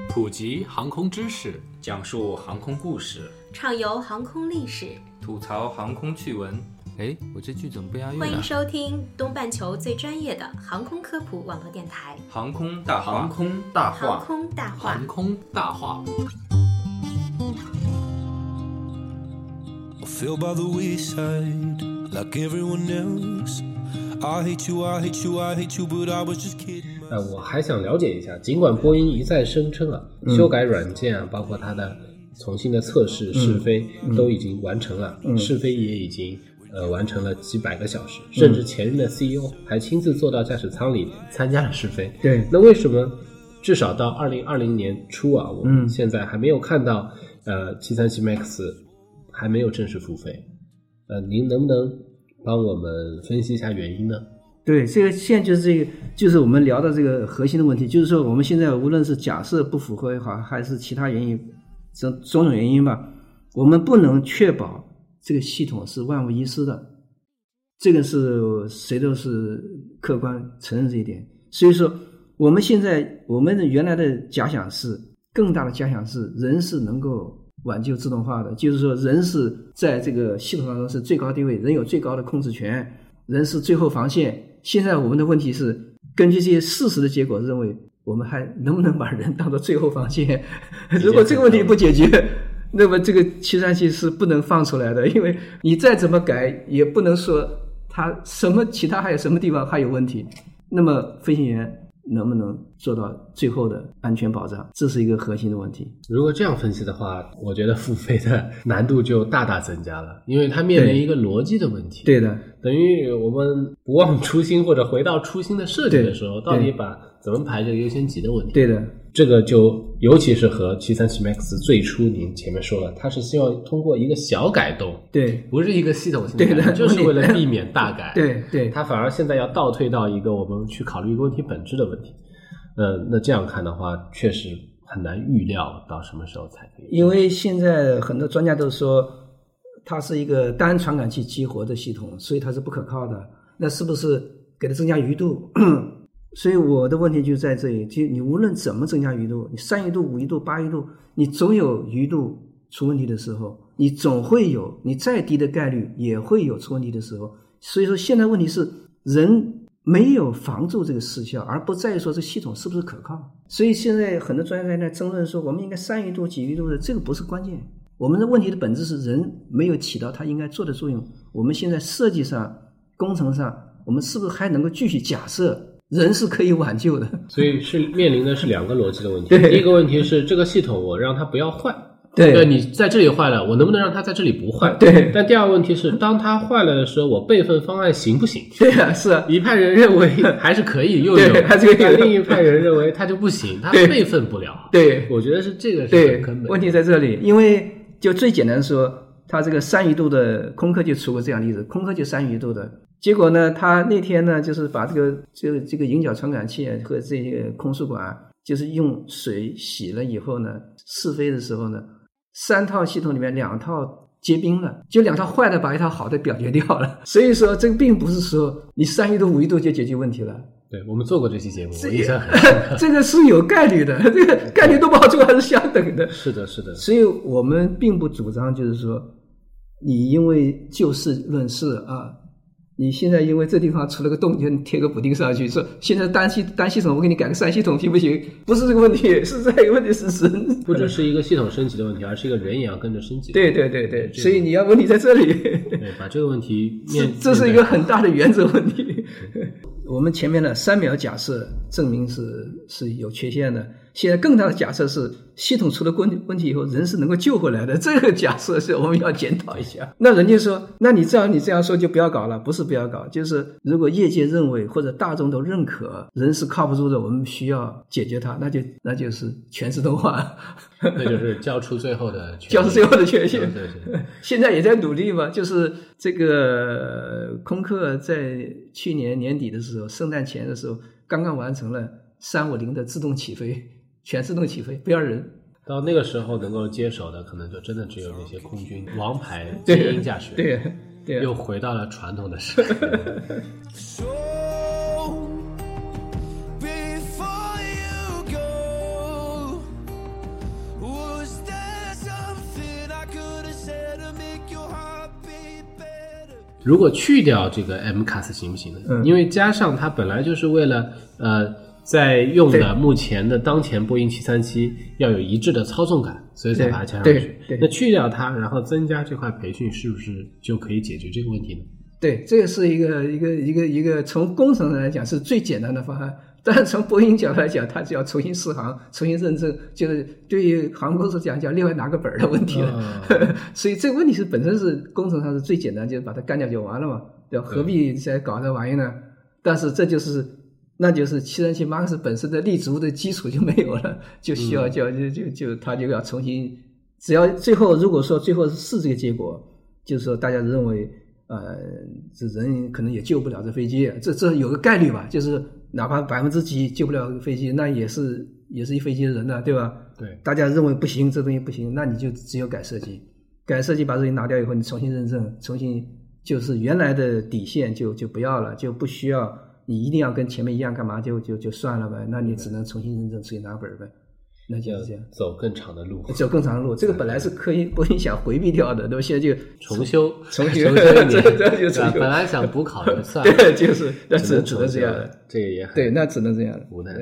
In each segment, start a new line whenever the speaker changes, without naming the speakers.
普及航空知识，
讲述航空故事，
畅游航空历史，
吐槽航空趣闻。
哎，我这句怎么不押韵啊？
欢迎收听东半球最专业的航空科普网络电台
《航空大话》。
航空大话。
航空大话。
Fell by the wayside like everyone else. I hate you, I hate you, I hate you, but I was just kidding.
我还想了解一下，尽管波音一再声称修改软件包括它的重新的测试试飞都已经完成了，试飞也已经完成了几百个小时，甚至前任的 CEO 还亲自坐到驾驶舱里参加了试飞。
对，
那为什么至少到2020年初我们现在还没有看到737 MAX 还没有正式复飞？您能不能帮我们分析一下原因呢？
对，这个现在就是这个，就是我们聊的这个核心的问题，就是说我们现在无论是假设不符合也好，还是其他原因，种种原因吧，我们不能确保这个系统是万无一失的，这个是谁都是客观承认这一点。所以说，我们现在我们的原来的假想是，更大的假想是人是能够挽救自动化的，就是说人是在这个系统当中是最高地位，人有最高的控制权，人是最后防线。现在我们的问题是根据这些事实的结果，认为我们还能不能把人当作最后防线？如果这个问题不解决，那么这个737是不能放出来的，因为你再怎么改也不能说它什么其他还有什么地方还有问题。那么飞行员能不能做到最后的安全保障，这是一个核心的问题。
如果这样分析的话，我觉得复飞的难度就大大增加了，因为它面临一个逻辑的问题。
对的，
等于我们不忘初心或者回到初心的设计的时候，到底把怎么排这个优先级的问题。
对的，
这个就尤其是和737 MAX 最初您前面说了，它是希望通过一个小改动，
对，
不是一个系统性的改动，就是为了避免大改。
对，
它反而现在要倒退到一个我们去考虑一个问题本质的问题。那这样看的话，确实很难预料到什么时候才可以。
因为现在很多专家都说它是一个单传感器激活的系统，所以它是不可靠的。那是不是给它增加余度？所以我的问题就在这里，就你无论怎么增加余度，你3余度、5余度、8余度，你总有余度出问题的时候，你总会有，你再低的概率也会有出问题的时候。所以说现在问题是人没有防住这个失效，而不在于说这系统是不是可靠。所以现在很多专家在争论说我们应该3余度几余度的，这个不是关键。我们的问题的本质是人没有起到他应该做的作用。我们现在设计上工程上，我们是不是还能够继续假设人是可以挽救的？
所以是面临的是两个逻辑的问题。第一个问题是这个系统我让它不要坏，
对，
你在这里坏了，我能不能让它在这里不坏？
对。
但第二个问题是，当它坏了的时候，我备份方案行不行？
对啊，是啊。
一派人认为还是可以用，
还是可以用。
另一派人认为它就不行，它备份不了。
对，
我觉得是这个是很根本。
问题在这里，因为就最简单说，它这个3余度的空客就出过这样的例子，空客就3余度的。结果呢，他那天呢，就是把这个引脚传感器和这些空速管，就是用水洗了以后呢，试飞的时候呢，3套系统里面2套结冰了，就2套坏的把一套好的表决掉了。所以说，这个并不是说你3余度、5余度就解决问题了。
对，我们做过这期节目，我印象很深刻。
这个是有概率的，这个概率都不好做，还是相等的。
是的。
所以我们并不主张，就是说，你因为就事论事啊。你现在因为这地方出了个洞，就贴个补丁上去，说现在单系统我给你改个3系统行不行？不是这个问题，是这个问题是人，
不只是一个系统升级的问题，而是一个人也要跟着升级。
对，所以你要问题在这里。
对，把这个问题
这是一个很大的原则问题。我们前面的3秒假设证明是有缺陷的，现在更大的假设是系统出了问题以后人是能够救回来的，这个假设是我们要检讨一下。那人家说，那你这样说就不要搞了，不是不要搞，就是如果业界认为或者大众都认可人是靠不住的，我们需要解决它，那就是全自动化。
那就是交出最后的
缺陷。对，现在也在努力嘛，就是这个空客在去年年底的时候，圣诞前的时候，刚刚完成了350的自动起飞，全自动起飞，不要人。
到那个时候能够接手的，可能就真的只有那些空军王牌精英驾驶员。对，又回到了传统的时代。 如果去掉这个 MCAS 行不行呢？因为加上它本来就是为了在用的目前的当前波音737要有一致的操纵感，所以才把它加上去。那去掉它，然后增加这块培训，是不是就可以解决这个问题呢？
对，这个是一个从工程上来讲是最简单的方案，但是从波音角度来讲，它就要重新试航、重新认证，就是对于航空公司讲另外拿个本的问题了。所以这个问题是本身是工程上是最简单，就是把它干掉就完了嘛，对吧？何必再搞这玩意呢？但是那就是737 MAX 本身的立足的基础就没有了，就需要它就要重新，只要如果说最后是这个结果，就是说大家认为这人可能也救不了这飞机，这有个概率吧，就是哪怕几%救不了飞机，那也是一飞机的人呢，对吧？对，大家认为不行，这东西不行，那你就只有改设计把这些拿掉以后，你重新认证，重新就是原来的底线就不要了，就不需要你一定要跟前面一样干嘛就算了呗，那你只能重新认证，自己拿本呗。那就是这样，
走更长的路，
这个本来是波音想回避掉的，对吧？现在就
重修
一
年，本来想补考的算了，
对，就是那只能这样的，
这个也很
对，那只能这样的，
无奈。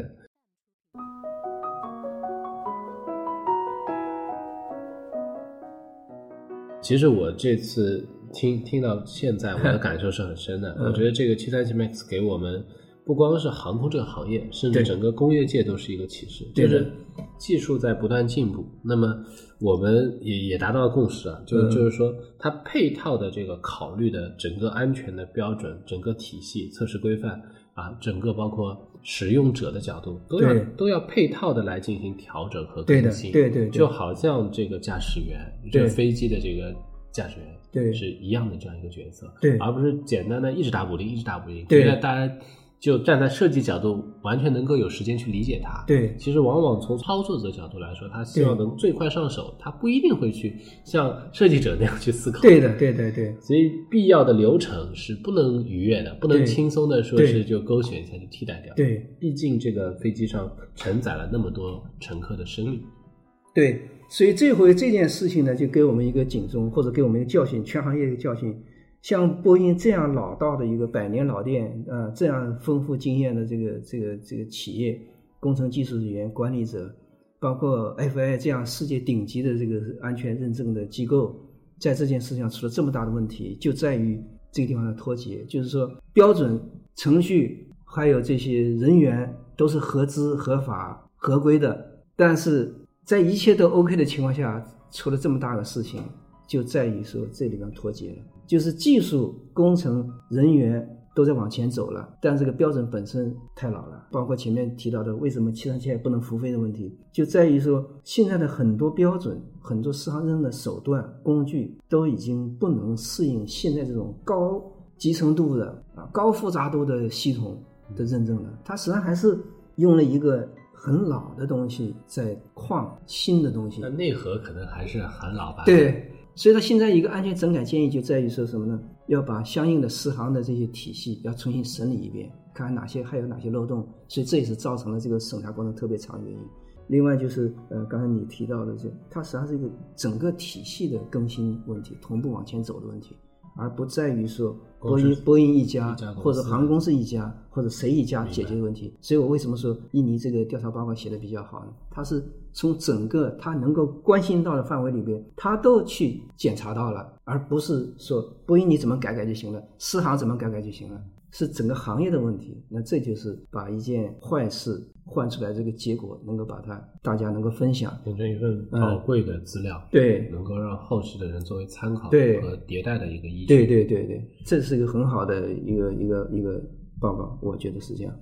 其实我这次听到现在，我的感受是很深的。我觉得这个737 MAX 给我们不光是航空这个行业，甚至整个工业界都是一个启示，就是技术在不断进步。那么我们也达到了共识啊，就是说它配套的这个考虑的整个安全的标准、整个体系、测试规范啊，整个包括使用者的角度都要配套的来进行调整和更新。对，就好像这个驾驶员，这个飞机的这个驾驶员。对，是一样的这样一个角色，对，而不是简单的一直打补丁，觉得大家就站在设计角度完全能够有时间去理解它。对，其实往往从操作者角度来说，他希望能最快上手，他不一定会去像设计者那样去思考。对，所以必要的流程是不能逾越的，不能轻松的说是就勾选一下就替代掉。对，毕竟这个飞机上承载了那么多乘客的生命。
对，所以这回这件事情呢，就给我们一个警钟，或者给我们一个教训，全行业一个教训。像波音这样老道的一个百年老店，这样丰富经验的这个企业，工程技术人员、管理者，包括 FAA 这样世界顶级的这个安全认证的机构，在这件事情上出了这么大的问题，就在于这个地方的脱节，就是说标准、程序还有这些人员都是合资、合法、合规的，但是在一切都 OK 的情况下，出了这么大的事情，就在于说这里面脱节了，就是技术、工程人员都在往前走了，但这个标准本身太老了。包括前面提到的为什么737不能复飞的问题，就在于说现在的很多标准、很多适航认证的手段、工具都已经不能适应现在这种高集成度的高复杂度的系统的认证了。它实际上还是用了一个很老的东西在框新的东西，
那内核可能还是很老吧。
对，所以它现在一个安全整改建议就在于说什么呢？要把相应的适航的这些体系要重新审理一遍，看看还有哪些漏洞，所以这也是造成了这个审查过程特别长的原因。另外就是刚才你提到的它实际上是一个整个体系的更新问题，同步往前走的问题，而不在于说波音一家或者航空公司一家或者谁一家解决的问题。所以我为什么说印尼这个调查报告写的比较好呢？它是从整个它能够关心到的范围里边，它都去检查到了，而不是说波音你怎么改就行了，适航怎么改就行了，是整个行业的问题。那这就是把一件坏事换出来这个结果，能够把它大家能够分享，
变成一份宝贵的资料，
对，
能够让后世的人作为参考和迭代的一个依
据。对，这是一个很好的一个报告，我觉得是这样。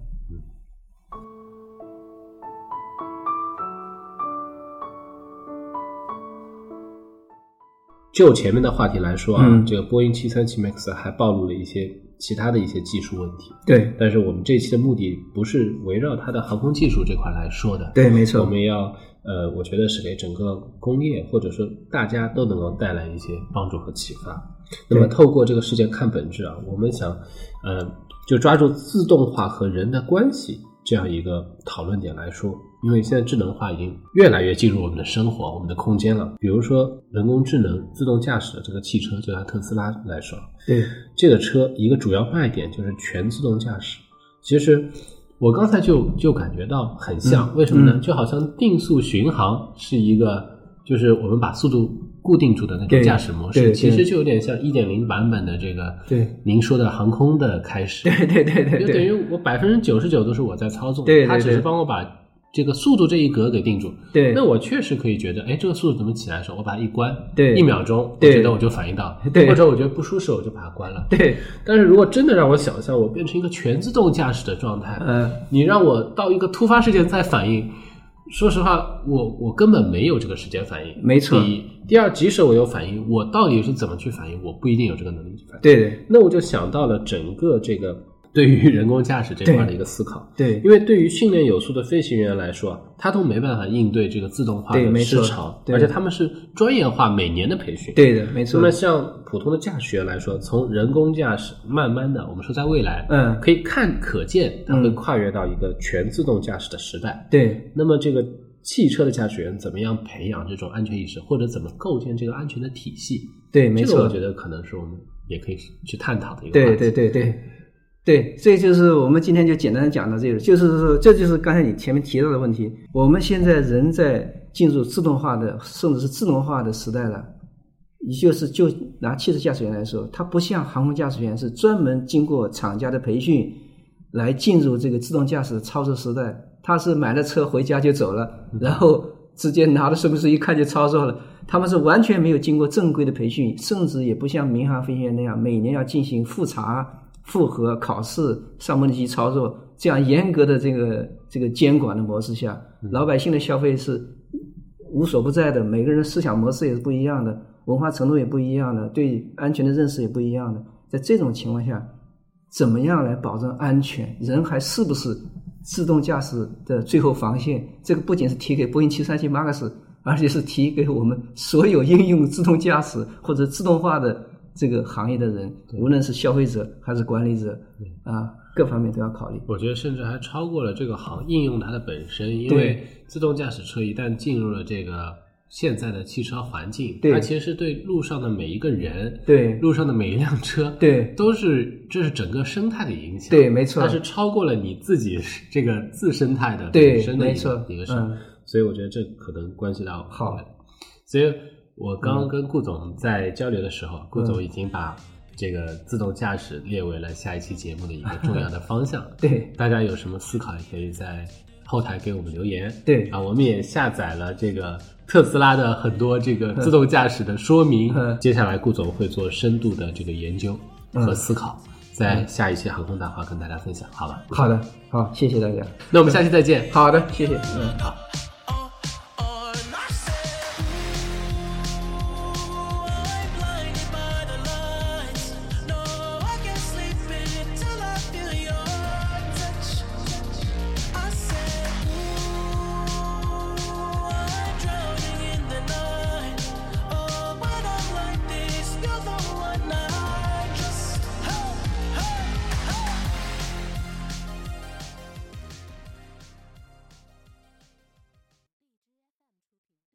就前面的话题来说这个波音737 MAX 还暴露了一些其他的一些技术问题。对，但是我们这期的目的不是围绕它的航空技术这块来说的。对，没错。我们要我觉得是给整个工业或者说大家都能够带来一些帮助和启发。那么透过这个事件看本质我们想就抓住自动化和人的关系这样一个讨论点来说，因为现在智能化已经越来越进入我们的生活、我们的空间了。比如说人工智能自动驾驶的这个汽车，就拿特斯拉来说，
对，
这个车一个主要卖点就是全自动驾驶。其实我刚才就感觉到很像，为什么呢？就好像定速巡航是一个，就是我们把速度固定住的那种驾驶模式，其实就有点像 1.0 版本的这个您说的航空的开始。
对，
就等于我 99% 都是我在操纵，
对，
它只是帮我把这个速度这一格给定住。
对，
那我确实可以觉得，哎，这个速度怎么起来的时候，我把它一关，
对
，1秒钟，我觉得我就反应到，
对，
或者我觉得不舒适，我就把它关了。
对，
但是如果真的让我想象我变成一个全自动驾驶的状态，你让我到一个突发事件再反应，说实话，我根本没有这个时间反应。
没错。
第二，即使我有反应，我到底是怎么去反应，我不一定有这个能力去反应。
对，
那我就想到了整个这个对于人工驾驶这块的一个思考。
对，
因为对于训练有素的飞行员来说，他都没办法应对这个自动化的市场，而且他们是专业化每年的培训。
对的，没错。
那么像普通的驾驶员来说，从人工驾驶慢慢的，我们说在未来，可以可见它会跨越到一个全自动驾驶的时代。
对，
那么这个汽车的驾驶员怎么样培养这种安全意识，或者怎么构建这个安全的体系？
对，没错。
这个我觉得可能是我们也可以去探讨的一个话题。
对，这就是我们今天就简单讲到这个，就是说，这就是刚才你前面提到的问题。我们现在人在进入自动化的，甚至是智能化的时代了。就拿汽车驾驶员来说，他不像航空驾驶员是专门经过厂家的培训来进入这个自动驾驶的操作时代，他是买了车回家就走了，然后直接拿着手势一看就操作了。他们是完全没有经过正规的培训，甚至也不像民航飞行员那样每年要进行复查、复核、考试、上模拟器操作，这样严格的这个监管的模式下，老百姓的消费是无所不在的，每个人的思想模式也是不一样的，文化程度也不一样的，对安全的认识也不一样的。在这种情况下，怎么样来保证安全？人还是不是自动驾驶的最后防线？这个不仅是提给波音737 MAX， 而且是提给我们所有应用自动驾驶或者自动化的这个行业的人，无论是消费者还是管理者各方面都要考虑。
我觉得甚至还超过了这个应用它的本身，因为自动驾驶车一旦进入了这个现在的汽车环境，它其实是对路上的每一个人，对路上的每一辆车，对这是整个生态的影响。
对，没错，
它是超过了你自己这个自生态的本身的一个事。所以我觉得这可能关系到好。所以我刚刚跟顾总在交流的时候，顾总已经把这个自动驾驶列为了下一期节目的一个重要的方向。对，大家有什么思考也可以在后台给我们留言。对我们也下载了这个特斯拉的很多这个自动驾驶的说明。接下来顾总会做深度的这个研究和思考，在下一期航空大话跟大家分享，好吧？好的，好，谢谢大家。那我们下期再见。好的，谢谢。好。